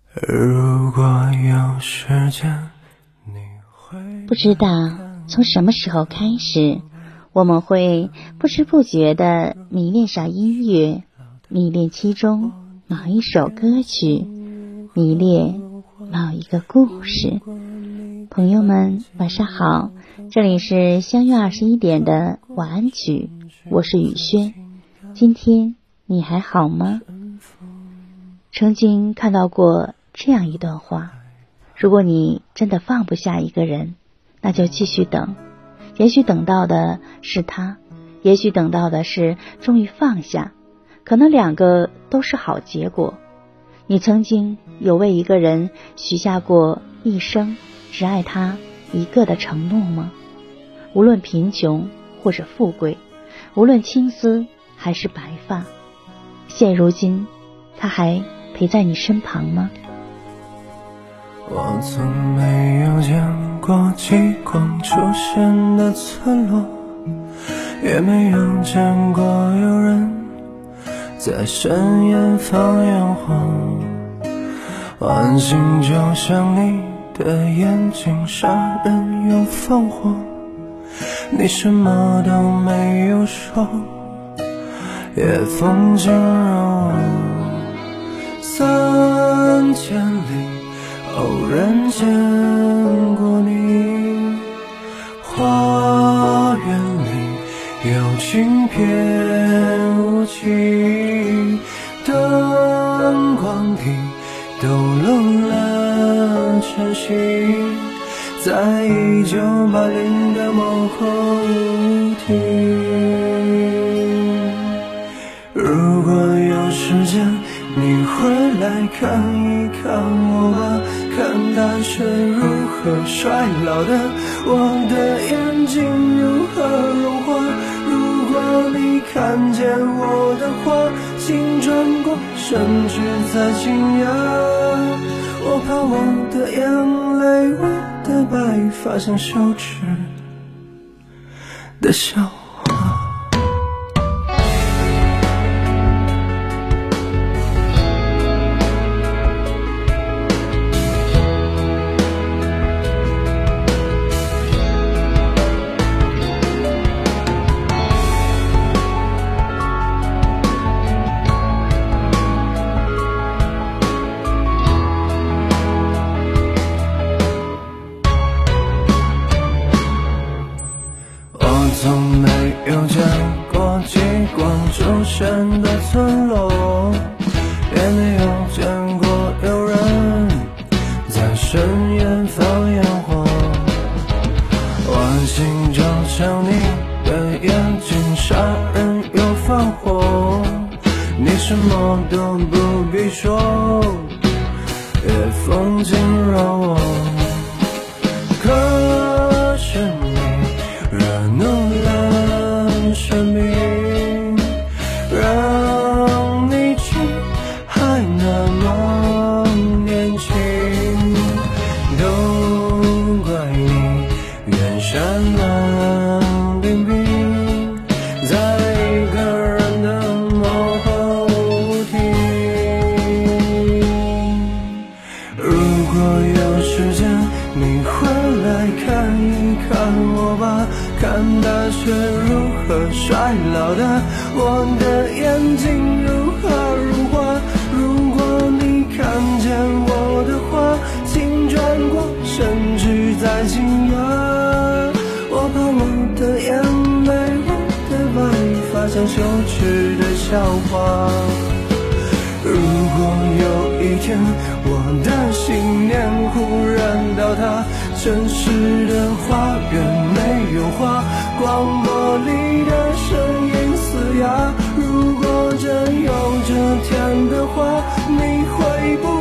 如果有时间，你会不知道从什么时候开始，我们会不知不觉地迷恋上音乐，迷恋其中某一首歌曲，迷恋某一个故事。朋友们晚上好，这里是相约21点的晚安曲，我是雨轩。今天你还好吗？曾经看到过这样一段话，如果你真的放不下一个人，那就继续等，也许等到的是他，也许等到的是终于放下，可能两个都是好结果。你曾经有为一个人许下过一生只爱他一个的承诺吗？无论贫穷或者富贵，无论青丝还是白发，现如今他还陪在你身旁吗？ 我从没有见过极光出现的村落，也没有见过有人在深夜放烟火。晚星就像你的眼睛，杀人又放火，你什么都没有说，也风景让我3000里偶然见过你，花园里有轻翩舞起，灯光里抖落了晨曦，在1980的某后庭。如果有时间，你回来看一看我吧，看大雪如何衰老的，我的眼睛如何融化。如果你看见我的话，请转过身去再惊讶。我怕我的眼泪，我的白发像羞耻的笑话。从没有见过极光出现的村落，也没有见过有人在深夜放烟火。晚星就像你的眼睛，杀人又放火，你什么都不必说，也风景让我。可是你惹怒了生命，让你去还那么年轻，都怪你远山冷冰冰，在一个人的幕后庭。如果有时间，你回来看一看我吧，看大雪如何衰老的，我的眼睛如何融化。如果你看见我的话，请转过身去再惊讶。我怕我的眼泪，我的白发像羞耻的笑话。如果有一天我的信念忽然倒塌，城市的花园没有花，广播里的声音嘶哑。如果真有这天的话，你会不